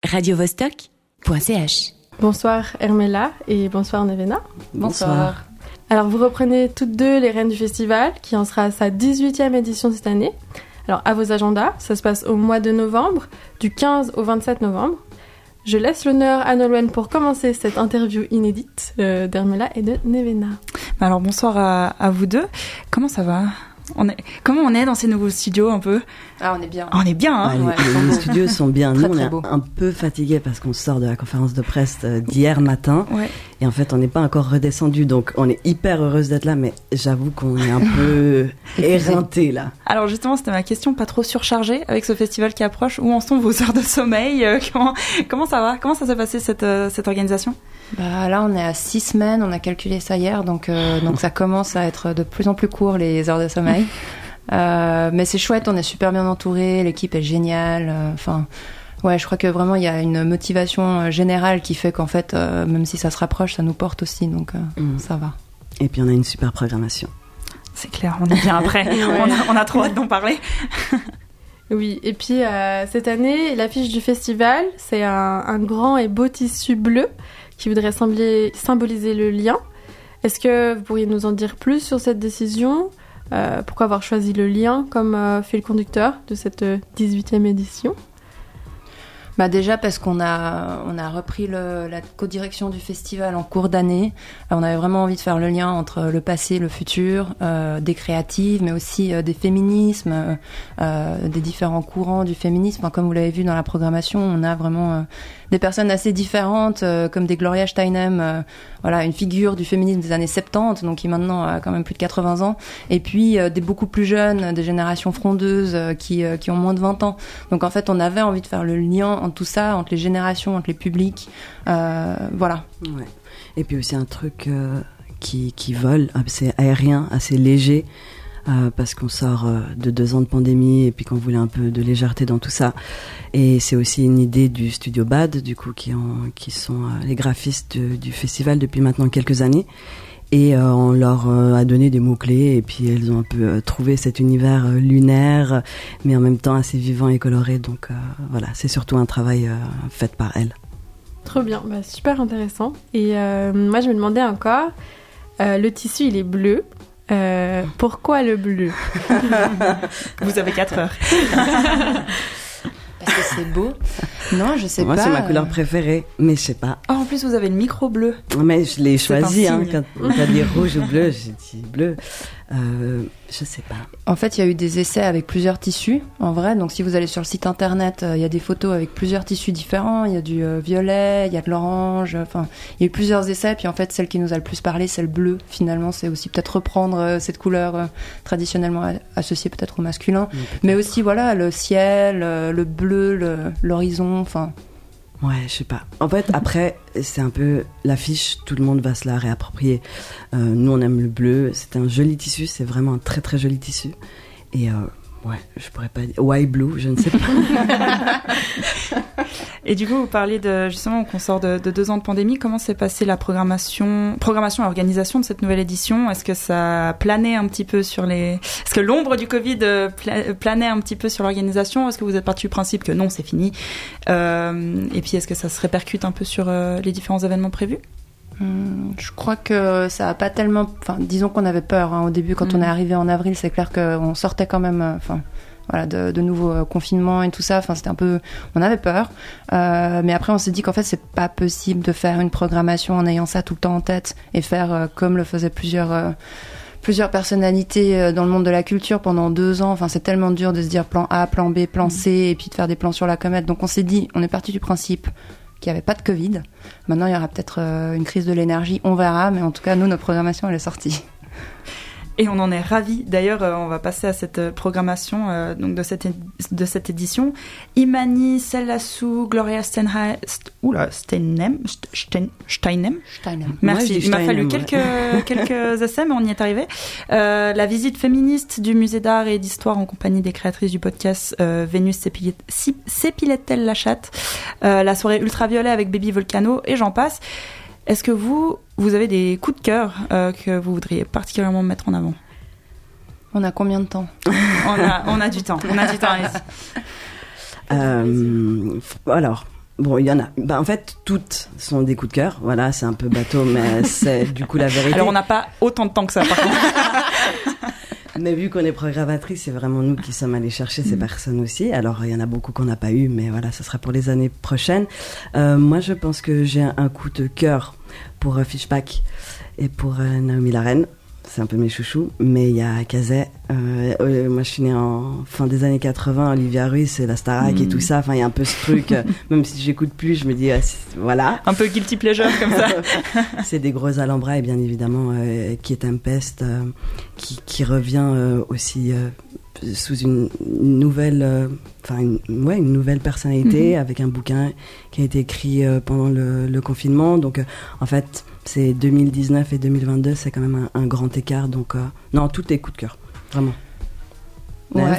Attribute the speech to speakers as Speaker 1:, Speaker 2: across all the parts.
Speaker 1: radiovostok.ch.
Speaker 2: Bonsoir Hermela et bonsoir Nevena.
Speaker 3: Bonsoir.
Speaker 2: Alors vous reprenez toutes deux les rênes du festival qui en sera à sa 18e édition cette année. Alors à vos agendas, ça se passe au mois de novembre, du 15 au 27 novembre. Je laisse l'honneur à Nolwenn pour commencer cette interview inédite d'Hermela et de Nevena.
Speaker 3: Alors bonsoir à vous deux. Comment ça va ? Comment on est dans ces nouveaux studios un peu ?
Speaker 4: Ah, on est bien.
Speaker 3: On est bien, hein ?
Speaker 5: Les studios sont bien. Nous,
Speaker 4: Très,
Speaker 5: on est
Speaker 4: beau.
Speaker 5: un peu fatigués parce qu'on sort de la conférence de presse d'hier matin.
Speaker 3: Ouais.
Speaker 5: Et en fait, on n'est pas encore redescendu. Donc, on est hyper heureuse d'être là. Mais j'avoue qu'on est un peu éreintés, là.
Speaker 3: Alors justement, c'était ma question, pas trop surchargée avec ce festival qui approche. Où en sont vos heures de sommeil ? Comment ça va ? Comment ça s'est passé cette organisation ?
Speaker 4: Bah, là, on est à 6 semaines. On a calculé ça hier. Donc ça commence à être de plus en plus court, les heures de sommeil. Mais c'est chouette, on est super bien entourés. L'équipe est géniale. Ouais, je crois que vraiment, il y a une motivation générale qui fait qu'en fait, même si ça se rapproche, ça nous porte aussi. Donc ça va.
Speaker 5: Et puis, on a une super programmation.
Speaker 3: C'est clair, on est bien après. On a trop hâte d'en parler.
Speaker 2: Oui, et puis cette année, l'affiche du festival, c'est un grand et beau tissu bleu qui voudrait symboliser le lien. Est-ce que vous pourriez nous en dire plus sur cette décision ? Pourquoi avoir choisi le lien comme fil conducteur de cette 18e édition ?
Speaker 4: Bah déjà parce qu'on a repris la co-direction du festival en cours d'année. On avait vraiment envie de faire le lien entre le passé, le futur, des créatives, mais aussi des féminismes, des différents courants du féminisme. Enfin, comme vous l'avez vu dans la programmation, on a vraiment des personnes assez différentes, comme des Gloria Steinem, une figure du féminisme des années 70, donc qui maintenant a quand même plus de 80 ans, et puis des beaucoup plus jeunes, des générations frondeuses qui ont moins de 20 ans. Donc en fait, on avait envie de faire le lien entre tout ça, entre les générations, entre les publics, voilà.
Speaker 5: Ouais. Et puis aussi un truc qui vole, c'est aérien, assez léger, parce qu'on sort de 2 ans de pandémie et puis qu'on voulait un peu de légèreté dans tout ça. Et c'est aussi une idée du studio Bad, du coup, qui sont les graphistes du festival depuis maintenant quelques années. Et on leur a donné des mots-clés et puis elles ont un peu trouvé cet univers lunaire, mais en même temps assez vivant et coloré. Donc voilà, c'est surtout un travail fait par elles.
Speaker 2: Trop bien, super intéressant. Et moi, je me demandais encore, le tissu, il est bleu. Pourquoi le bleu ?
Speaker 3: Vous avez 4 heures.
Speaker 4: Parce que c'est beau. Non, je sais pas.
Speaker 5: Moi, c'est ma couleur préférée, mais je sais pas.
Speaker 3: Oh, en plus, vous avez le micro bleu.
Speaker 5: Mais je l'ai choisi,
Speaker 3: signe.
Speaker 5: quand on t'a dit rouge ou bleu, j'ai dit bleu. Je sais pas.
Speaker 4: En fait, il y a eu des essais avec plusieurs tissus, en vrai. Donc, si vous allez sur le site internet, il y a des photos avec plusieurs tissus différents. Il y a du violet, il y a de l'orange. Enfin, il y a eu plusieurs essais. Puis, en fait, celle qui nous a le plus parlé, c'est le bleu. Finalement, c'est aussi peut-être reprendre cette couleur traditionnellement associée peut-être au masculin. Mais aussi, voilà, le ciel, le bleu, l'horizon. Enfin.
Speaker 5: Ouais, je sais pas. En fait, après, c'est un peu l'affiche, tout le monde va se la réapproprier. Nous, on aime le bleu. C'est un joli tissu, c'est vraiment un très très joli tissu. Et ouais, je pourrais pas dire. Why blue, je ne sais pas.
Speaker 3: Et du coup, vous parliez justement qu'on sort de 2 ans de pandémie. Comment s'est passée la programmation et organisation de cette nouvelle édition ? Est-ce que ça planait un petit peu est-ce que l'ombre du Covid planait un petit peu sur l'organisation ? Est-ce que vous êtes parti du principe que non, c'est fini ? Et puis, est-ce que ça se répercute un peu sur les différents événements prévus ?
Speaker 4: Je crois que ça a pas tellement... Enfin, disons qu'on avait peur au début. Quand on est arrivé en avril, c'est clair qu'on sortait quand même... de nouveaux confinements et tout ça. Enfin, c'était un peu... On avait peur. Mais après, on s'est dit qu'en fait, c'est pas possible de faire une programmation en ayant ça tout le temps en tête et faire comme le faisaient plusieurs personnalités dans le monde de la culture pendant 2 ans. Enfin, c'est tellement dur de se dire plan A, plan B, plan C et puis de faire des plans sur la comète. Donc, on s'est dit, on est parti du principe qu'il n'y avait pas de Covid. Maintenant, il y aura peut-être une crise de l'énergie. On verra. Mais en tout cas, nous, notre programmation, elle est sortie.
Speaker 3: Et on en est ravis. D'ailleurs, on va passer à cette programmation donc de cette édition. Imani Selassou, Gloria Steinem. Merci.
Speaker 5: Moi,
Speaker 3: Il m'a fallu quelques essais, mais on y est arrivé. La visite féministe du musée d'art et d'histoire en compagnie des créatrices du podcast Vénus s'épilait-elle la chatte, la soirée ultraviolet avec Baby Volcano et j'en passe. Est-ce que vous avez des coups de cœur que vous voudriez particulièrement mettre en avant ?
Speaker 4: On a combien de temps ?
Speaker 3: On a du temps. On a du temps.
Speaker 5: Alors, Bon, il y en a. En fait, toutes sont des coups de cœur. Voilà, c'est un peu bateau, mais c'est du coup la vérité.
Speaker 3: Alors, on n'a pas autant de temps que ça, par contre.
Speaker 5: Mais vu qu'on est programmatrice, c'est vraiment nous qui sommes allés chercher ces personnes aussi. Alors, il y en a beaucoup qu'on n'a pas eu, mais voilà, ça sera pour les années prochaines. Moi, je pense que j'ai un coup de cœur pour Fishback et pour Naomi Larraine. C'est un peu mes chouchous, mais il y a Kazé. Moi, je suis née en fin des années 80. Olivia Ruiz, c'est la Starac et tout ça. Enfin, il y a un peu ce truc. Même si j'écoute plus, je me dis, voilà.
Speaker 3: Un peu guilty pleasure comme ça.
Speaker 5: C'est des gros Alhambra et bien évidemment Kate Tempest qui revient aussi sous une nouvelle, une nouvelle personnalité avec un bouquin qui a été écrit pendant le confinement. Donc, en fait. C'est 2019 et 2022, c'est quand même un grand écart. Donc, non, tout est coup de cœur. Vraiment.
Speaker 4: Ouais.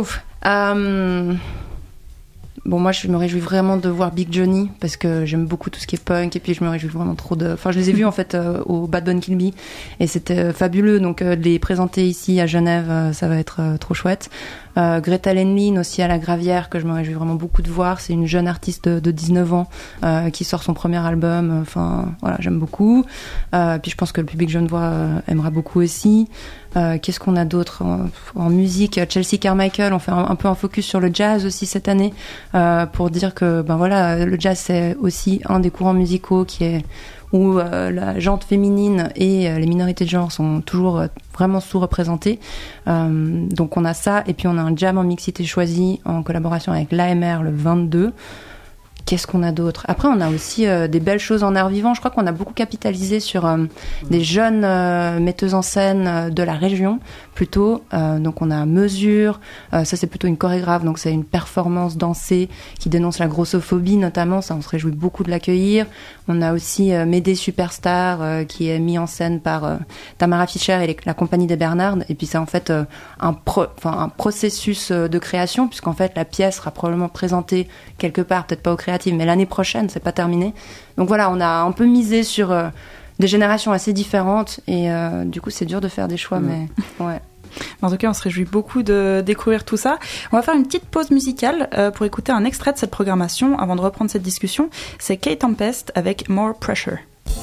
Speaker 4: Bon, moi, je me réjouis vraiment de voir Big Johnny parce que j'aime beaucoup tout ce qui est punk et puis je me réjouis vraiment trop de... Enfin, je les ai vus en fait au Bad Bun Kill Me et c'était fabuleux. Donc, de les présenter ici à Genève, ça va être trop chouette. Greta Lenlin aussi à la Gravière que je me réjouis vraiment beaucoup de voir. C'est une jeune artiste de 19 ans qui sort son premier album. Enfin, voilà, j'aime beaucoup. Puis je pense que le public genevois aimera beaucoup aussi. Qu'est-ce qu'on a d'autre en musique? Chelsea Carmichael, on fait un peu un focus sur le jazz aussi cette année pour dire que ben voilà, le jazz c'est aussi un des courants musicaux où la gente féminine et les minorités de genre sont toujours vraiment sous-représentées. Donc on a ça, et puis on a un jam en mixité choisi en collaboration avec l'AMR le 22. Qu'est-ce qu'on a d'autre? Après, on a aussi des belles choses en art vivant. Je crois qu'on a beaucoup capitalisé sur des jeunes metteuses en scène de la région, plutôt. Donc, on a Mesure. Ça, c'est plutôt une chorégraphe. Donc, c'est une performance dansée qui dénonce la grossophobie, notamment. Ça, on se réjouit beaucoup de l'accueillir. On a aussi Médée Superstar, qui est mis en scène par Tamara Fischer et la Compagnie des Bernardes. Et puis, c'est en fait un processus de création, puisqu'en fait, la pièce sera probablement présentée quelque part, peut-être pas au créatif, mais l'année prochaine, c'est pas terminé. Donc voilà, on a un peu misé sur des générations assez différentes et du coup, c'est dur de faire des choix, mais ouais.
Speaker 3: En tout cas, on se réjouit beaucoup de découvrir tout ça. On va faire une petite pause musicale pour écouter un extrait de cette programmation avant de reprendre cette discussion. C'est Kate Tempest avec More Pressure.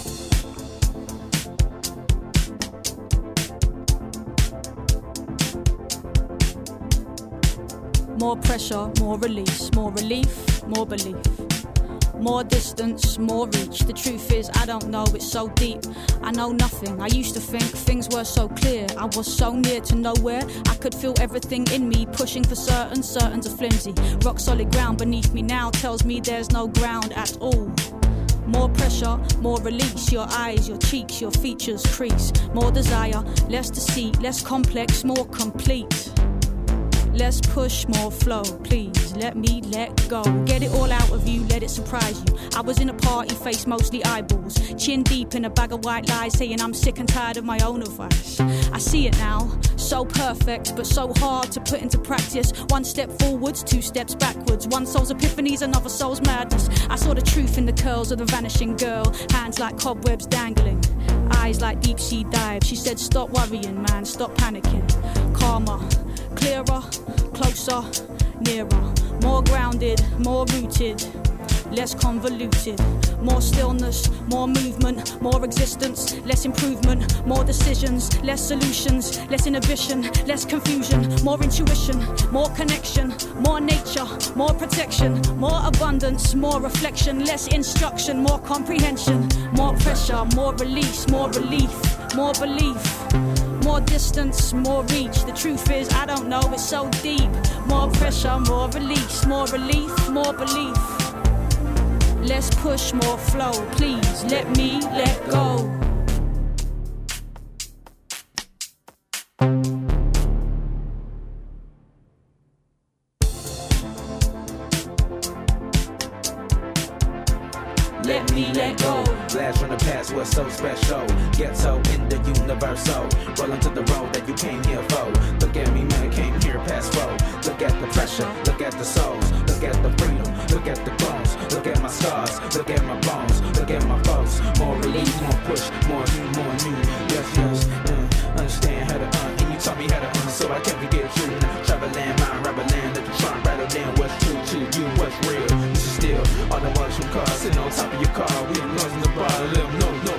Speaker 1: More pressure, more release, more relief, more belief. More distance, more reach. The truth is, I don't know, it's so deep. I know nothing. I used to think things were so clear. I was so near to nowhere. I could feel everything in me pushing for certain. Certains are flimsy. Rock solid ground beneath me now tells me there's no ground at all. More pressure, more release. Your eyes, your cheeks, your features crease. More desire, less deceit, less complex, more complete. Less push, more flow, please let me let go. Get it all out of you, let it surprise you. I was in a party, face mostly eyeballs, chin deep in a bag of white lies, saying I'm sick and tired of my own advice. I see it now, so perfect, but so hard to put into practice. One step forwards, two steps backwards. One soul's epiphanies, another soul's madness. I saw the truth in the curls of the vanishing girl, hands like cobwebs dangling, eyes like deep sea dives. She said stop worrying, man, stop panicking. Calmer, clearer, closer, nearer. More grounded, more rooted, less convoluted. More stillness, more movement, more existence, less improvement. More decisions, less solutions, less inhibition, less confusion. More intuition, more connection, more nature, more protection. More abundance, more reflection, less instruction, more comprehension. More pressure, more release, more relief, more belief. More distance, more reach. The truth is, I don't know, it's so deep. More pressure, more release, more relief, more belief. Less push, more flow. Please let me let go. Let me let go.
Speaker 6: Blast from the past was so special. Ghetto in the universal. Rolling to the road that you came here for. Look at me, man, came here past four. Look at the pressure, look at the souls. Look at the freedom, look at the clones. Look at my scars, look at my bones. Look at my foes. More relief, more push, more you, more new. Yes, yes, understand how to anytime Taught me how to so I can't forget you. Travel land, mind, rubber land, let the trunk rattle down. What's true to you, what's real? This is still all the ones from cars sitting on top of your car. We ain't guns in the bar, let them know, no.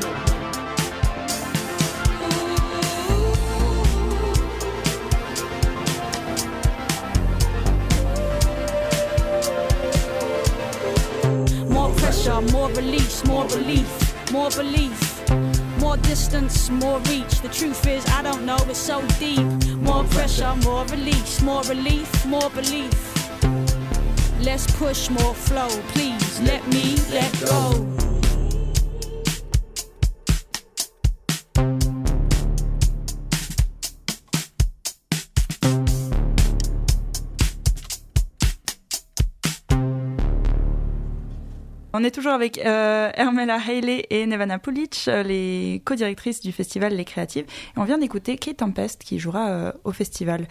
Speaker 1: More pressure, more release, more relief, more belief. More distance, more reach. The truth is, I don't know, it's so deep. More pressure, more release, more relief, more belief. Less push, more flow. Please let me let go.
Speaker 3: On est toujours avec Hermela Haley et Nevana Pulic, les co-directrices du festival Les Créatives. Et on vient d'écouter Kate Tempest qui jouera au festival.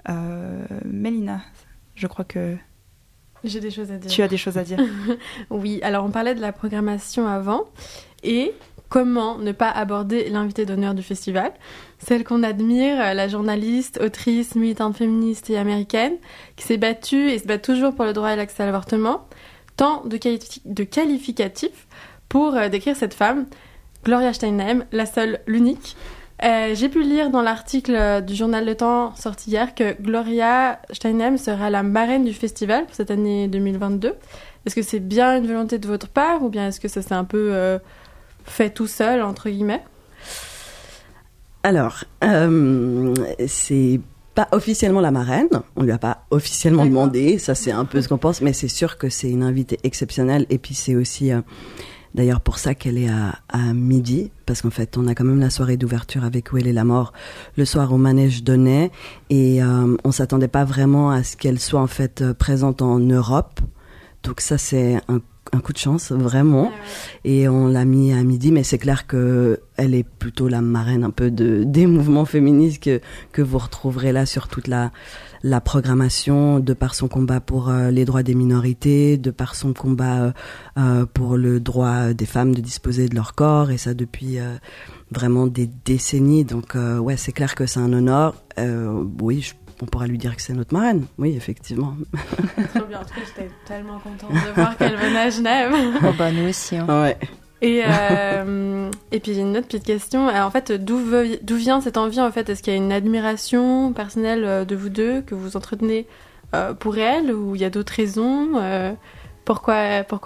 Speaker 3: Mélina, je crois que...
Speaker 2: J'ai des choses à dire.
Speaker 3: Tu as des choses à dire.
Speaker 2: Oui, alors on parlait de la programmation avant. Et comment ne pas aborder l'invitée d'honneur du festival, celle qu'on admire, la journaliste, autrice, militante féministe et américaine, qui s'est battue et se bat toujours pour le droit à l'accès à l'avortement. Tant de qualificatifs pour décrire cette femme, Gloria Steinem, la seule, l'unique. J'ai pu lire dans l'article du journal Le Temps sorti hier que Gloria Steinem sera la marraine du festival pour cette année 2022. Est-ce que c'est bien une volonté de votre part ou bien est-ce que ça s'est un peu fait tout seul, entre guillemets ?
Speaker 5: Alors, c'est pas officiellement la marraine, on lui a pas officiellement demandé, ça c'est un peu ce qu'on pense, mais c'est sûr que c'est une invitée exceptionnelle et puis c'est aussi d'ailleurs pour ça qu'elle est à midi, parce qu'en fait on a quand même la soirée d'ouverture avec Où elle est la mort le soir au Manège Donnay et on s'attendait pas vraiment à ce qu'elle soit en fait présente en Europe, donc ça c'est un coup de chance, vraiment. Et on l'a mis à midi, mais c'est clair que elle est plutôt la marraine un peu des mouvements féministes que vous retrouverez là sur toute la programmation, de par son combat pour les droits des minorités, de par son combat pour le droit des femmes de disposer de leur corps, et ça depuis vraiment des décennies. Donc ouais, c'est clair que c'est un honneur. Oui, on pourra lui dire que c'est notre marraine. Oui, effectivement.
Speaker 2: Trop bien. En tout cas, j'étais tellement contente de voir qu'elle venait à Genève.
Speaker 4: Oh bah, nous aussi. Hein.
Speaker 5: Ouais.
Speaker 2: Et puis, j'ai une autre petite question. Alors, en fait, d'où vient cette envie, en fait ? Est-ce qu'il y a une admiration personnelle de vous deux que vous entretenez pour elle, ou il y a d'autres raisons ? Pourquoi elle ?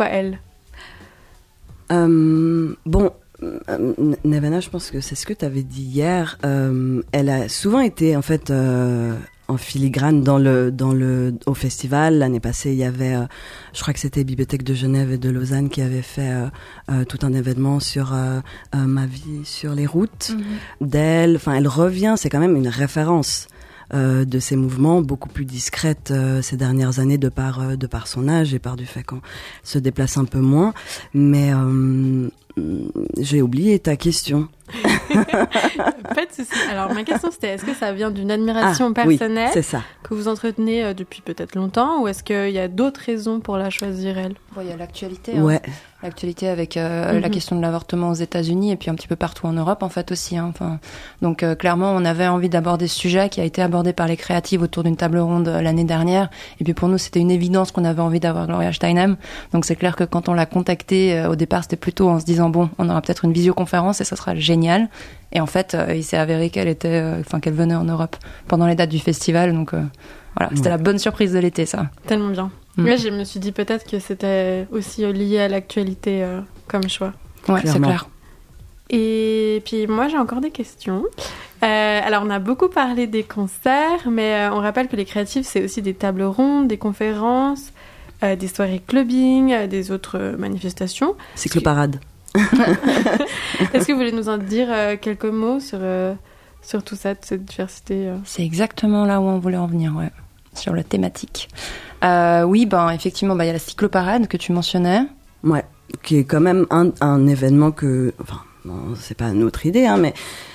Speaker 5: Bon... Nevana, je pense que c'est ce que tu avais dit hier. Elle a souvent été en fait en filigrane au festival. L'année passée, il y avait, je crois que c'était Bibliothèque de Genève et de Lausanne qui avait fait tout un événement sur ma vie sur les routes d'elle. Enfin, elle revient. C'est quand même une référence de ces mouvements, beaucoup plus discrète ces dernières années de par son âge et par du fait qu'on se déplace un peu moins. Mais j'ai oublié ta question.
Speaker 2: Pas de souci. Alors ma question c'était, est-ce que ça vient d'une admiration personnelle,
Speaker 5: oui, c'est ça,
Speaker 2: que vous entretenez depuis peut-être longtemps, ou est-ce qu'il y a d'autres raisons pour la choisir elle ?
Speaker 4: Bon, il y a l'actualité.
Speaker 5: Ouais.
Speaker 4: L'actualité avec la question de l'avortement aux États-Unis et puis un petit peu partout en Europe en fait aussi. Hein. Enfin, donc clairement on avait envie d'aborder ce sujet qui a été abordé par les créatives autour d'une table ronde l'année dernière. Et puis pour nous c'était une évidence qu'on avait envie d'avoir Gloria Steinem. Donc c'est clair que quand on l'a contactée au départ c'était plutôt en se disant bon on aura peut-être une visioconférence et ça sera génial. Et en fait il s'est avéré qu'elle venait en Europe pendant les dates du festival. Donc voilà, c'était la bonne surprise de l'été ça.
Speaker 2: Tellement bien. Ouais, je me suis dit peut-être que c'était aussi lié à l'actualité comme choix.
Speaker 4: Ouais, c'est clair.
Speaker 2: Et puis moi j'ai encore des questions. Alors on a beaucoup parlé des concerts, mais on rappelle que les créatives c'est aussi des tables rondes, des conférences, des soirées clubbing, des autres manifestations.
Speaker 5: Cycloparade.
Speaker 2: Est-ce que vous voulez nous en dire quelques mots sur tout ça, de cette diversité
Speaker 4: C'est exactement là où on voulait en venir, ouais, sur la thématique. Oui, effectivement, il y a la cycloparade que tu mentionnais.
Speaker 5: Ouais, qui est quand même un événement que... Enfin, non, c'est pas notre idée, hein, mais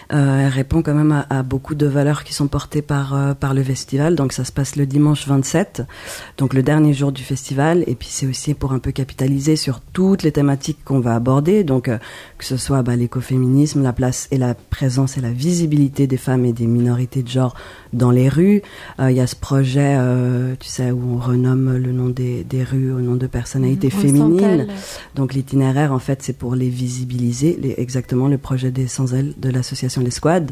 Speaker 5: Elle répond quand même à beaucoup de valeurs qui sont portées par le festival. Donc ça se passe le dimanche 27, donc le dernier jour du festival. Et puis c'est aussi pour un peu capitaliser sur toutes les thématiques qu'on va aborder. Donc que ce soit l'écoféminisme, la place et la présence et la visibilité des femmes et des minorités de genre dans les rues. Il y a ce projet, tu sais, où on renomme le nom des rues au nom de personnalités féminines. Donc l'itinéraire, en fait, c'est pour les visibiliser, exactement le projet des Sans Ailes de l'association Les Squads.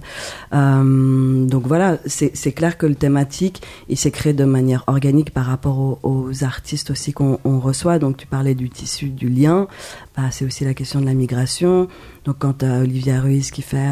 Speaker 5: Donc voilà, c'est clair que le thématique, il s'est créé de manière organique par rapport aux artistes aussi qu'on reçoit. Donc tu parlais du tissu, du lien. C'est aussi la question de la migration. Donc quand tu as Olivia Ruiz qui fait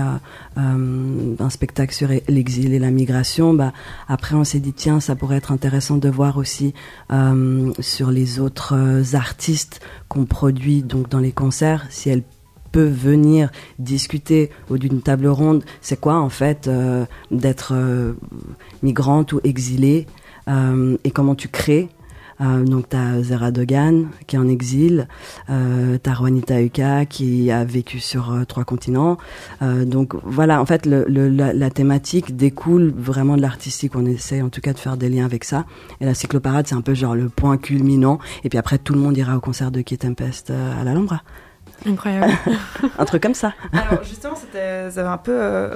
Speaker 5: un spectacle sur l'exil et la migration, après on s'est dit tiens, ça pourrait être intéressant de voir aussi sur les autres artistes qu'on produit donc dans les concerts, si elles peuvent venir discuter ou d'une table ronde, c'est quoi en fait d'être migrante ou exilée et comment tu crées. Donc t'as Zara Dogan qui est en exil, t'as Juanita Uca qui a vécu sur 3 continents. Donc voilà, en fait la thématique découle vraiment de l'artistique. On essaie en tout cas de faire des liens avec ça. Et la cycloparade, c'est un peu genre le point culminant. Et puis après tout le monde ira au concert de Key Tempest à l'Alhambra.
Speaker 2: Incroyable.
Speaker 5: Un truc comme ça.
Speaker 3: Alors justement, ça avait un peu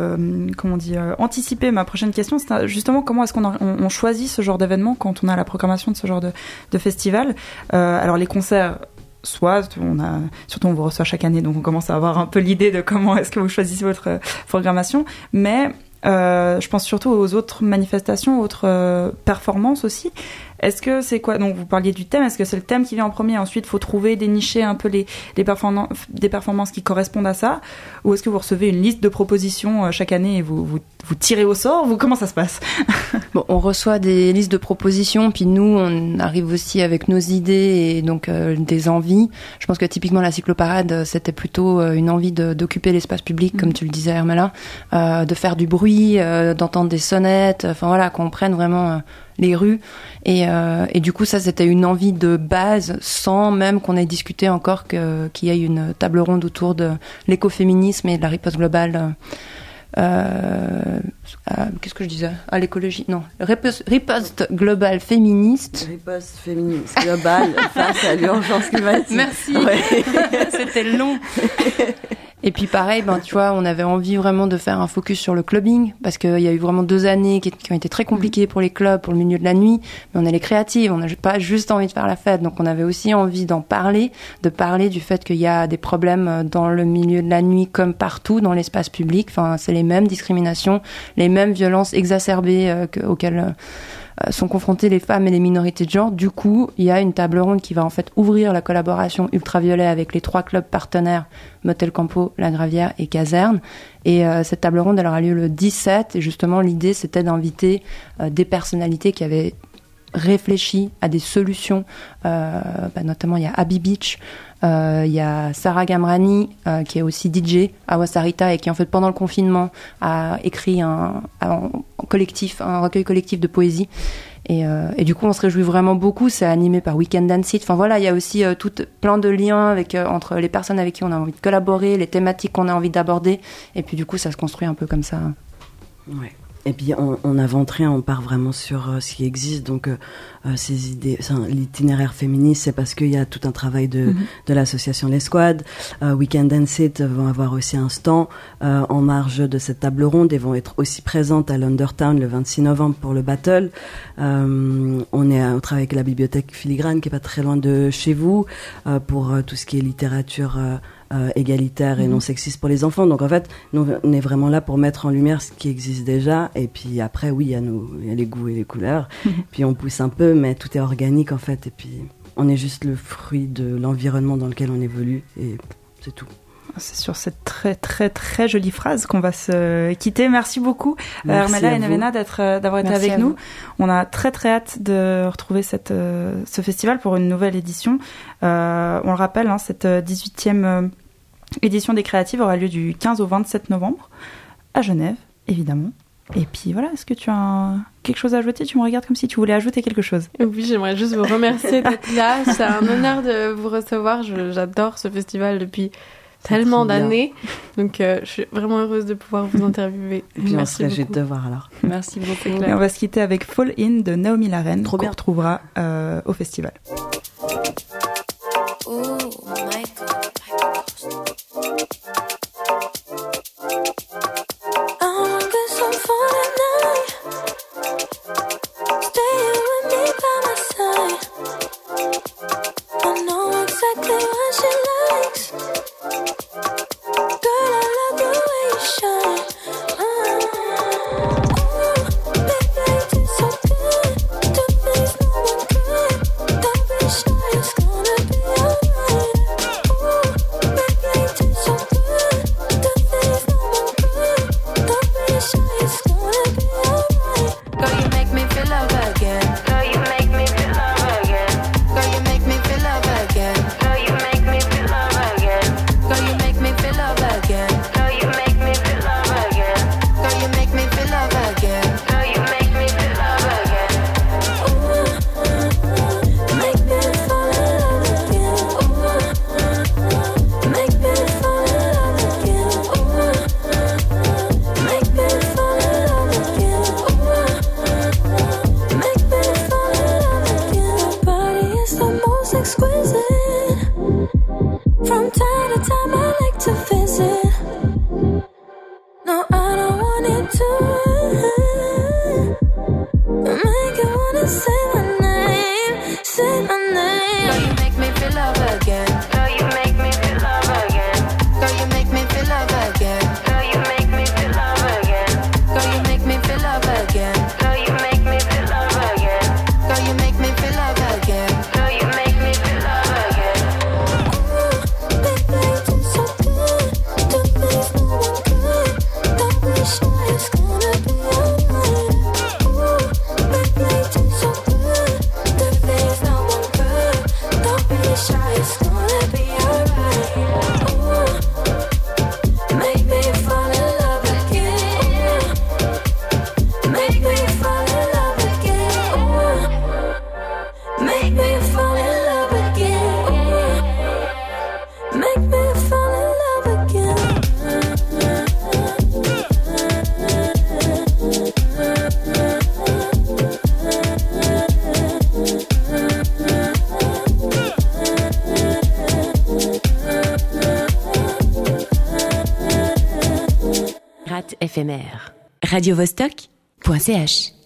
Speaker 3: anticipé ma prochaine question. C'était justement comment est-ce qu'on choisit ce genre d'événement quand on a la programmation de ce genre de festival. Alors les concerts, surtout on vous reçoit chaque année, donc on commence à avoir un peu l'idée de comment est-ce que vous choisissez votre programmation. Mais je pense surtout aux autres manifestations, autres performances aussi. Est-ce que c'est quoi? Donc vous parliez du thème. Est-ce que c'est le thème qui vient en premier? Ensuite, faut trouver, dénicher un peu des performances qui correspondent à ça. Ou est-ce que vous recevez une liste de propositions chaque année et vous tirez au sort? Comment ça se passe?
Speaker 4: Bon, on reçoit des listes de propositions, puis nous, on arrive aussi avec nos idées et donc des envies. Je pense que typiquement la cycloparade, c'était plutôt une envie d'occuper l'espace public, comme tu le disais, Hermela, de faire du bruit, d'entendre des sonnettes, enfin voilà, qu'on prenne vraiment les rues et du coup ça c'était une envie de base sans même qu'on ait discuté encore qu'il y ait une table ronde autour de l'écoféminisme et de la riposte globale qu'est-ce que je disais l'écologie, non, riposte globale féministe,
Speaker 5: riposte féministe globale face à l'urgence climatique.
Speaker 4: Merci. C'était long. Et puis pareil, tu vois, on avait envie vraiment de faire un focus sur le clubbing, parce qu'il y a eu vraiment 2 années qui ont été très compliquées pour les clubs, pour le milieu de la nuit, mais on est les créatives, on n'a pas juste envie de faire la fête, donc on avait aussi envie de parler du fait qu'il y a des problèmes dans le milieu de la nuit comme partout dans l'espace public, enfin c'est les mêmes discriminations, les mêmes violences exacerbées auxquelles sont confrontées les femmes et les minorités de genre. Du coup, il y a une table ronde qui va en fait ouvrir la collaboration Ultraviolet avec les 3 clubs partenaires, Motel Campo, La Gravière et Caserne. Et cette table ronde, elle aura lieu le 17. Et justement, l'idée, c'était d'inviter des personnalités qui avaient réfléchi à des solutions. Notamment, il y a Abby Beach, il y a Sarah Gamrani, qui est aussi DJ à Wasarita et qui, en fait, pendant le confinement, a écrit un recueil collectif de poésie. Et du coup, on se réjouit vraiment beaucoup. C'est animé par Weekend Dance It. Enfin voilà, il y a aussi plein de liens entre les personnes avec qui on a envie de collaborer, les thématiques qu'on a envie d'aborder. Et puis du coup, ça se construit un peu comme ça.
Speaker 5: Ouais. Et puis on n'invente rien, on part vraiment sur ce qui existe. Donc ces idées, l'itinéraire féministe, c'est parce qu'il y a tout un travail de l'association Les Squads. Weekend Dance It vont avoir aussi un stand en marge de cette table ronde et vont être aussi présentes à l'Undertown le 26 novembre pour le battle. On travaille avec la bibliothèque Filigrane qui est pas très loin de chez vous pour tout ce qui est littérature égalitaire et non sexiste pour les enfants. Donc en fait, nous, on est vraiment là pour mettre en lumière ce qui existe déjà. Et puis après, oui, il y a les goûts et les couleurs. Puis on pousse un peu, mais tout est organique en fait. Et puis on est juste le fruit de l'environnement dans lequel on évolue et c'est tout.
Speaker 3: C'est sur cette très très très jolie phrase qu'on va se quitter. Merci beaucoup Hermela et Nevena d'avoir été avec nous. On a très très hâte de retrouver ce festival pour une nouvelle édition. On le rappelle, cette 18e édition des Créatives aura lieu du 15 au 27 novembre à Genève, évidemment. Et puis voilà, est-ce que tu as quelque chose à ajouter? Tu me regardes comme si tu voulais ajouter quelque chose.
Speaker 2: Oui, j'aimerais juste vous remercier d'être là. C'est un honneur de vous recevoir. J'adore ce festival depuis tellement
Speaker 5: trop bien.
Speaker 2: d'années. Donc, je suis vraiment heureuse de pouvoir vous interviewer.
Speaker 5: Et puis on
Speaker 2: Merci
Speaker 5: se réjouit
Speaker 2: beaucoup.
Speaker 5: de te voir alors.
Speaker 4: Merci beaucoup.
Speaker 3: Et on va se quitter avec Fall In de Naomi Larraine,
Speaker 5: Trop
Speaker 3: qu'on
Speaker 5: bien.
Speaker 3: retrouvera au festival.
Speaker 7: Éphémère. radiovostok.ch